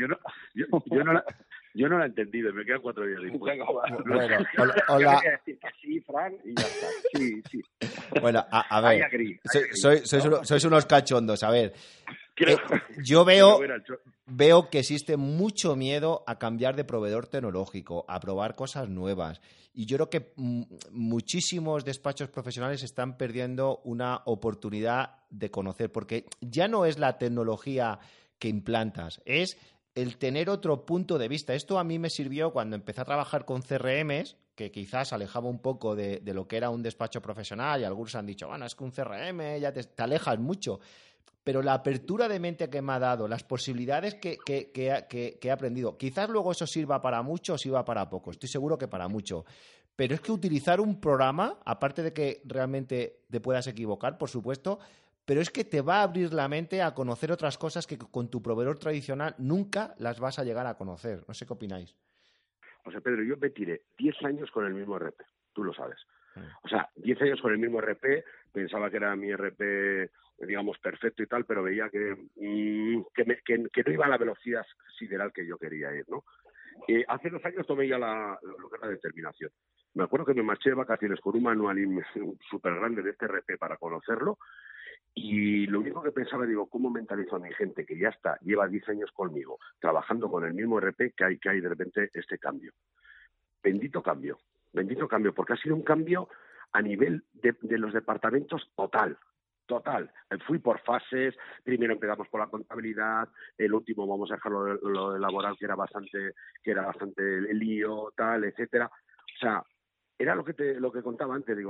C: Yo no la he entendido, me quedan 4 días después.
B: Bueno, hola.
D: Decir que sí, Fran, y ya está. Sí.
B: Bueno, a ver, sois unos cachondos, a ver. Yo veo que existe mucho miedo a cambiar de proveedor tecnológico, a probar cosas nuevas. Y yo creo que muchísimos despachos profesionales están perdiendo una oportunidad de conocer, porque ya no es la tecnología que implantas, es el tener otro punto de vista. Esto a mí me sirvió cuando empecé a trabajar con CRMs, que quizás alejaba un poco de lo que era un despacho profesional, y algunos han dicho, bueno, es que un CRM ya te alejas mucho. Pero la apertura de mente que me ha dado, las posibilidades que he aprendido, quizás luego eso sirva para mucho o sirva para poco, estoy seguro que para mucho. Pero es que utilizar un programa, aparte de que realmente te puedas equivocar, por supuesto, pero es que te va a abrir la mente a conocer otras cosas que con tu proveedor tradicional nunca las vas a llegar a conocer. No sé qué opináis.
C: O sea, Pedro, yo me tiré 10 años con el mismo RP, tú lo sabes. O sea, 10 años con el mismo RP, pensaba que era mi RP, digamos, perfecto y tal, pero veía que no iba a la velocidad sideral que yo quería ir, ¿no? Hace 2 años tomé ya lo que era la determinación. Me acuerdo que me marché de vacaciones con un manual súper grande de este RP para conocerlo, y lo único que pensaba, digo, ¿cómo mentalizo a mi gente que ya lleva 10 años conmigo, trabajando con el mismo RP, que hay de repente este cambio? Bendito cambio, porque ha sido un cambio a nivel de los departamentos total. Fui por fases, primero empezamos por la contabilidad, el último vamos a dejarlo lo de laboral, que era bastante lío, tal, etcétera. O sea, era lo que contaba antes, digo,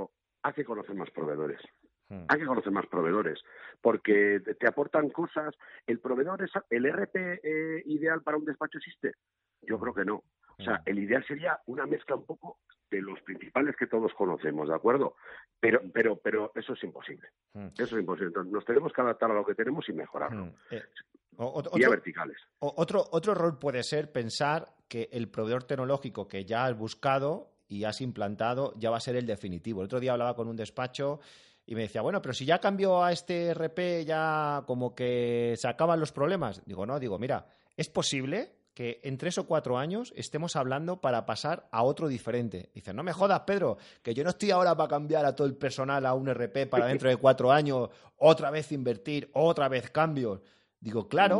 C: hay que conocer más proveedores. Hay que conocer más proveedores, porque te aportan cosas. ¿El proveedor es el RP ideal para un despacho existe? Yo creo que no. O sea, el ideal sería una mezcla un poco de los principales que todos conocemos, ¿de acuerdo? Pero eso es imposible. Eso es imposible. Entonces, nos tenemos que adaptar a lo que tenemos y mejorarlo. Vía verticales.
B: Otro error puede ser pensar que el proveedor tecnológico que ya has buscado y has implantado ya va a ser el definitivo. El otro día hablaba con un despacho y me decía, bueno, pero si ya cambió a este RP, ya como que se acaban los problemas. Digo, no, mira, es posible que en 3 o 4 años estemos hablando para pasar a otro diferente. Dice, no me jodas, Pedro, que yo no estoy ahora para cambiar a todo el personal a un RP para dentro de 4 años, otra vez invertir, otra vez cambios. Digo, claro.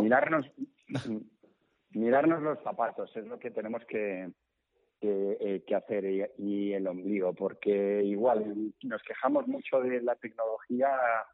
D: Mirarnos los zapatos es lo que tenemos que hacer y el ombligo, porque igual nos quejamos mucho de la tecnología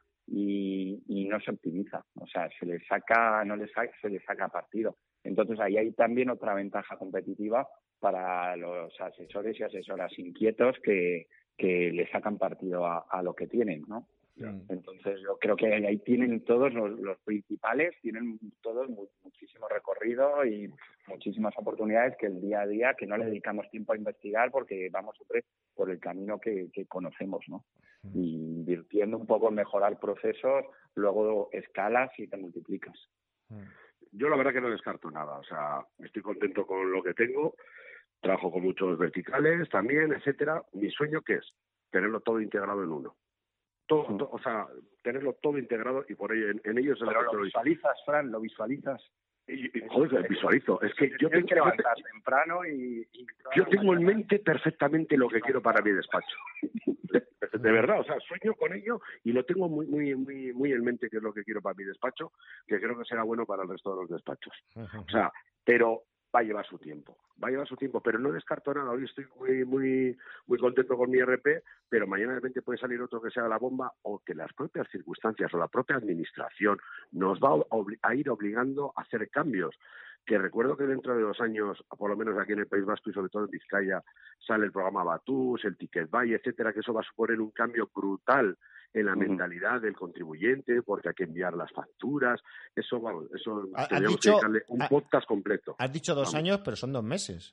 D: y no se optimiza, o sea, se le saca partido. Entonces ahí hay también otra ventaja competitiva para los asesores y asesoras inquietos que le sacan partido a lo que tienen, ¿no? Entonces yo creo que ahí tienen todos los principales, tienen todos muchísimo recorrido y muchísimas oportunidades que el día a día, que no le dedicamos tiempo a investigar porque vamos siempre por el camino que conocemos, ¿no? Y invirtiendo un poco en mejorar procesos, luego escalas y te multiplicas.
C: Yo la verdad que no descarto nada, o sea, estoy contento con lo que tengo, trabajo con muchos verticales también, etcétera. Mi sueño, ¿qué es? Tenerlo todo integrado en uno. O sea, tenerlo todo integrado y por ello en ellos...
D: Pero lo visualizas, Fran, lo visualizas.
C: Joder, visualizo. Es que yo tengo
D: que levantar temprano
C: yo tengo en mente perfectamente lo que quiero para mi despacho. De verdad, o sea, sueño con ello y lo tengo muy en mente, que es lo que quiero para mi despacho, que creo que será bueno para el resto de los despachos. O sea, pero va a llevar su tiempo, pero no descarto nada. Hoy estoy muy contento con mi RP, pero mañana de repente puede salir otro que sea la bomba, o que las propias circunstancias o la propia administración nos va a ir obligando a hacer cambios. Que recuerdo que dentro de 2 años, por lo menos aquí en el País Vasco y sobre todo en Vizcaya, sale el programa Batus, el Ticket Buy, etcétera, que eso va a suponer un cambio brutal en la mentalidad del contribuyente, porque hay que enviar las facturas. Eso tendríamos que dedicarle un podcast completo.
B: Has dicho 2 años, pero son 2 meses.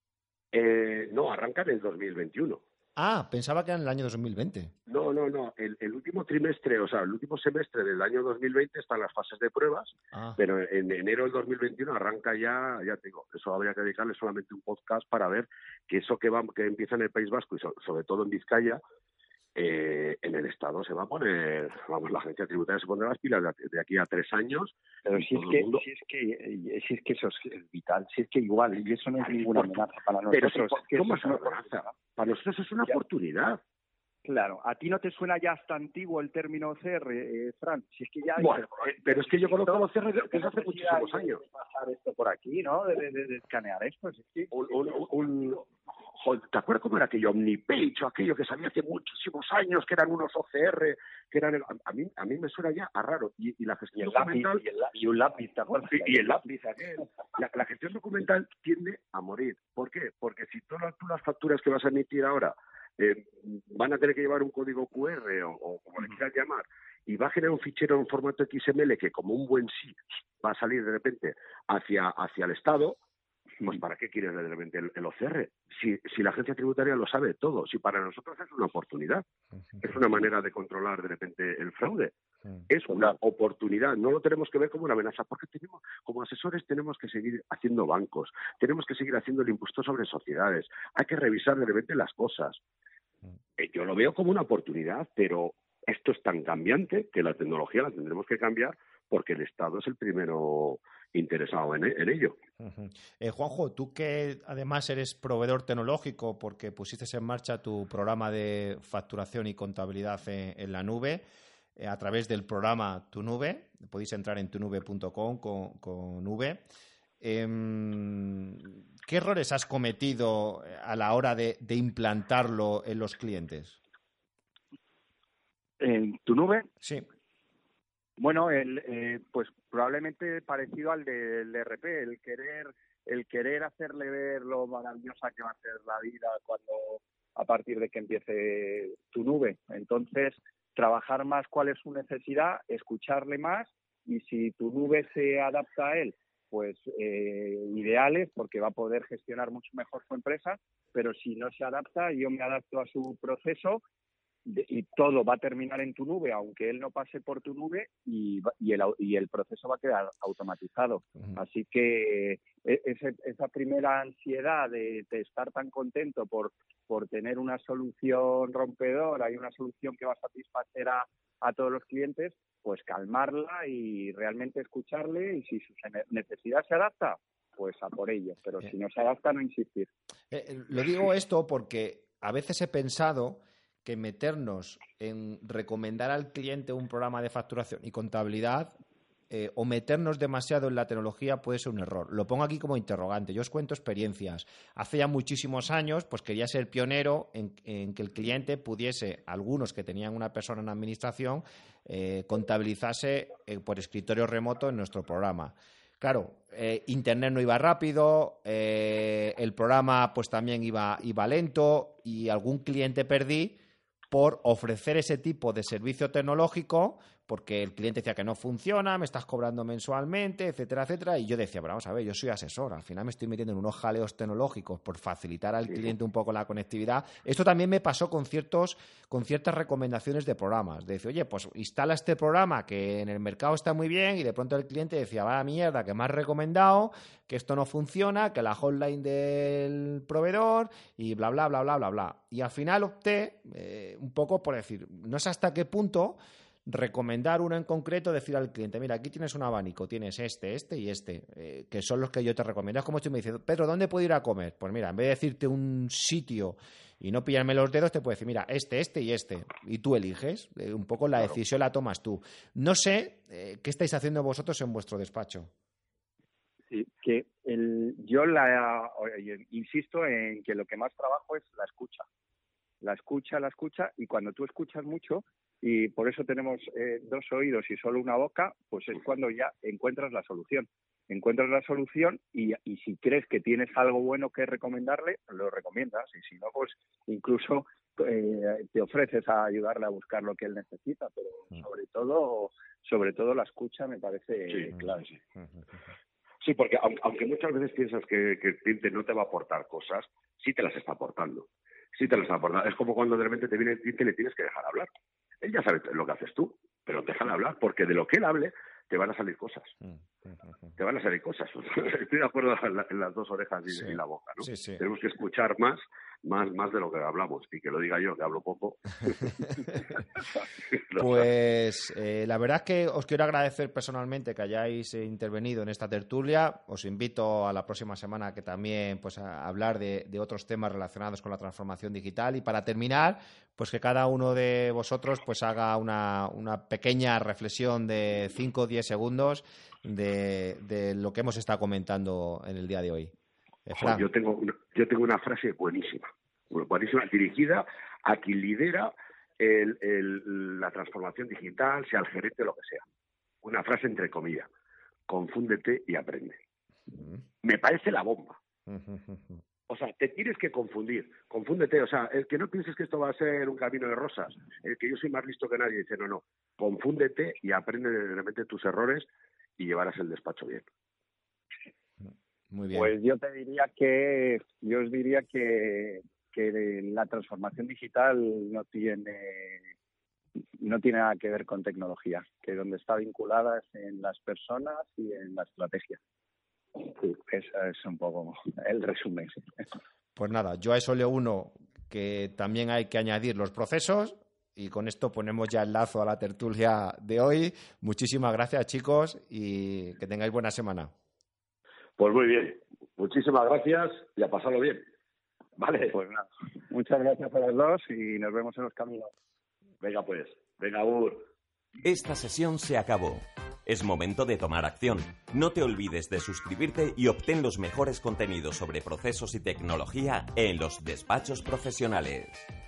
C: No, arrancan en el 2021.
B: Ah, pensaba que era en el año 2020.
C: No. El último trimestre, o sea, el último semestre del año 2020 están las fases de pruebas, pero en enero del 2021 arranca ya te digo, eso habría que dedicarle solamente un podcast para ver que eso que empieza en el País Vasco y sobre todo en Vizcaya, en el Estado se va a poner, la agencia tributaria se pondrá las pilas de aquí a 3 años.
D: Pero si es que eso es vital, si es que igual, y eso no es ninguna amenaza para nosotros.
C: Pero ¿cómo es una amenaza? Para nosotros es una oportunidad.
D: Claro, ¿a ti no te suena ya hasta antiguo el término CR, Fran? Si es que ya...
C: Bueno, pero es que yo conozco los CR desde hace muchísimos años.
D: Pasar esto por aquí, ¿no? De escanear esto. Es que...
C: ¿Te acuerdas cómo era aquello? Omnipage o aquello que salía hace muchísimos años, que eran unos OCR, que eran... A mí me suena ya a raro. Y la gestión documental...
D: Y un lápiz, ¿te acuerdas?
C: Y el lápiz aquel. La gestión documental tiende a morir. ¿Por qué? Porque si todas las facturas que vas a emitir ahora van a tener que llevar un código QR o como le quieras llamar, y va a generar un fichero en formato XML que como un buen sí va a salir de repente hacia el Estado, pues ¿para qué quieres de repente el OCR? Si la agencia tributaria lo sabe todo, si para nosotros es una oportunidad, es una manera de controlar de repente el fraude. Es una oportunidad, no lo tenemos que ver como una amenaza, porque como asesores tenemos que seguir haciendo bancos, tenemos que seguir haciendo el impuesto sobre sociedades, hay que revisar de repente las cosas. Yo lo veo como una oportunidad, pero esto es tan cambiante que la tecnología la tendremos que cambiar porque el Estado es el primero interesado en ello.
B: Juanjo, tú que además eres proveedor tecnológico porque pusiste en marcha tu programa de facturación y contabilidad en la nube, a través del programa Tu Nube, podéis entrar en tunube.com con V. ¿Qué errores has cometido a la hora de implantarlo en los clientes?
D: ¿En Tu Nube?
B: Sí.
D: Bueno, pues probablemente parecido al del ERP, el querer hacerle ver lo maravillosa que va a ser la vida a partir de que empiece tu nube. Entonces, trabajar más cuál es su necesidad, escucharle más, y si tu nube se adapta a él, pues ideales, porque va a poder gestionar mucho mejor su empresa, pero si no se adapta, yo me adapto a su proceso y todo va a terminar en tu nube, aunque él no pase por tu nube, y el proceso va a quedar automatizado. Así que esa primera ansiedad de estar tan contento por tener una solución rompedora y una solución que va a satisfacer a todos los clientes, pues calmarla y realmente escucharle, y si su necesidad se adapta, pues a por ello, pero si no se adapta, no insistir.
B: Lo digo esto porque a veces he pensado que meternos en recomendar al cliente un programa de facturación y contabilidad o meternos demasiado en la tecnología puede ser un error. Lo pongo aquí como interrogante. Yo os cuento experiencias. Hace ya muchísimos años, pues quería ser pionero en que el cliente pudiese, algunos que tenían una persona en administración, contabilizase por escritorio remoto en nuestro programa. Claro, Internet no iba rápido, el programa pues también iba lento, y algún cliente perdí por ofrecer ese tipo de servicio tecnológico, porque el cliente decía que no funciona, me estás cobrando mensualmente, etcétera, etcétera, y yo decía, pero vamos a ver, yo soy asesor, al final me estoy metiendo en unos jaleos tecnológicos por facilitar al cliente un poco la conectividad. Esto también me pasó con ciertas recomendaciones de programas, de decir, oye, pues instala este programa que en el mercado está muy bien, y de pronto el cliente decía, vaya mierda, que me has recomendado, que esto no funciona, que la hotline del proveedor, y bla, bla, bla, bla, bla, bla. Y al final opté un poco por decir, no sé hasta qué punto recomendar uno en concreto, decir al cliente, mira, aquí tienes un abanico, tienes este y este, que son los que yo te recomiendo. Es como si me dices, Pedro, ¿dónde puedo ir a comer? Pues mira, en vez de decirte un sitio y no pillarme los dedos, te puedo decir, mira, este y este, y tú eliges. Un poco la decisión la tomas tú. No sé qué estáis haciendo vosotros en vuestro despacho.
D: Sí, que yo insisto en que lo que más trabajo es la escucha. La escucha, y cuando tú escuchas mucho, y por eso tenemos 2 oídos y solo una boca, pues es cuando ya encuentras la solución. Y si crees que tienes algo bueno que recomendarle, lo recomiendas, y si no, pues incluso te ofreces a ayudarle a buscar lo que él necesita, pero sobre todo la escucha me parece clave.
C: Sí, porque aunque muchas veces piensas que el cliente no te va a aportar cosas, sí te las está aportando. Es como cuando de repente te viene el cliente y le tienes que dejar hablar. Él ya sabe lo que haces tú, pero déjale hablar, porque de lo que él hable te van a salir cosas. Estoy de acuerdo en las 2 orejas y la boca, ¿no? Sí. Tenemos que escuchar más de lo que hablamos, y que lo diga yo, que hablo poco.
B: Pues la verdad es que os quiero agradecer personalmente que hayáis intervenido en esta tertulia. Os invito a la próxima semana que también pues a hablar de otros temas relacionados con la transformación digital, y para terminar, pues que cada uno de vosotros pues haga una pequeña reflexión de 5 o 10 segundos de lo que hemos estado comentando en el día de hoy.
C: Fran. Yo tengo una frase buenísima, dirigida a quien lidera la transformación digital, sea el gerente o lo que sea. Una frase entre comillas: confúndete y aprende. Me parece la bomba. O sea, te tienes que confúndete, o sea, el que no pienses que esto va a ser un camino de rosas, el que yo soy más listo que nadie, dice, no, confúndete y aprende de repente tus errores, y llevarás el despacho bien.
B: Muy bien.
D: Pues yo os diría que la transformación digital no tiene nada que ver con tecnología, que donde está vinculada es en las personas y en la estrategia. Sí, ese es un poco el resumen.
B: Pues nada, yo a eso le uno que también hay que añadir los procesos, y con esto ponemos ya el lazo a la tertulia de hoy. Muchísimas gracias, chicos, y que tengáis buena semana.
C: Pues muy bien, muchísimas gracias y a pasarlo bien. Vale.
D: Pues nada, muchas gracias a los dos y nos vemos en los caminos.
C: Venga pues, Ur.
A: Esta sesión se acabó. Es momento de tomar acción. No te olvides de suscribirte y obtén los mejores contenidos sobre procesos y tecnología en los despachos profesionales.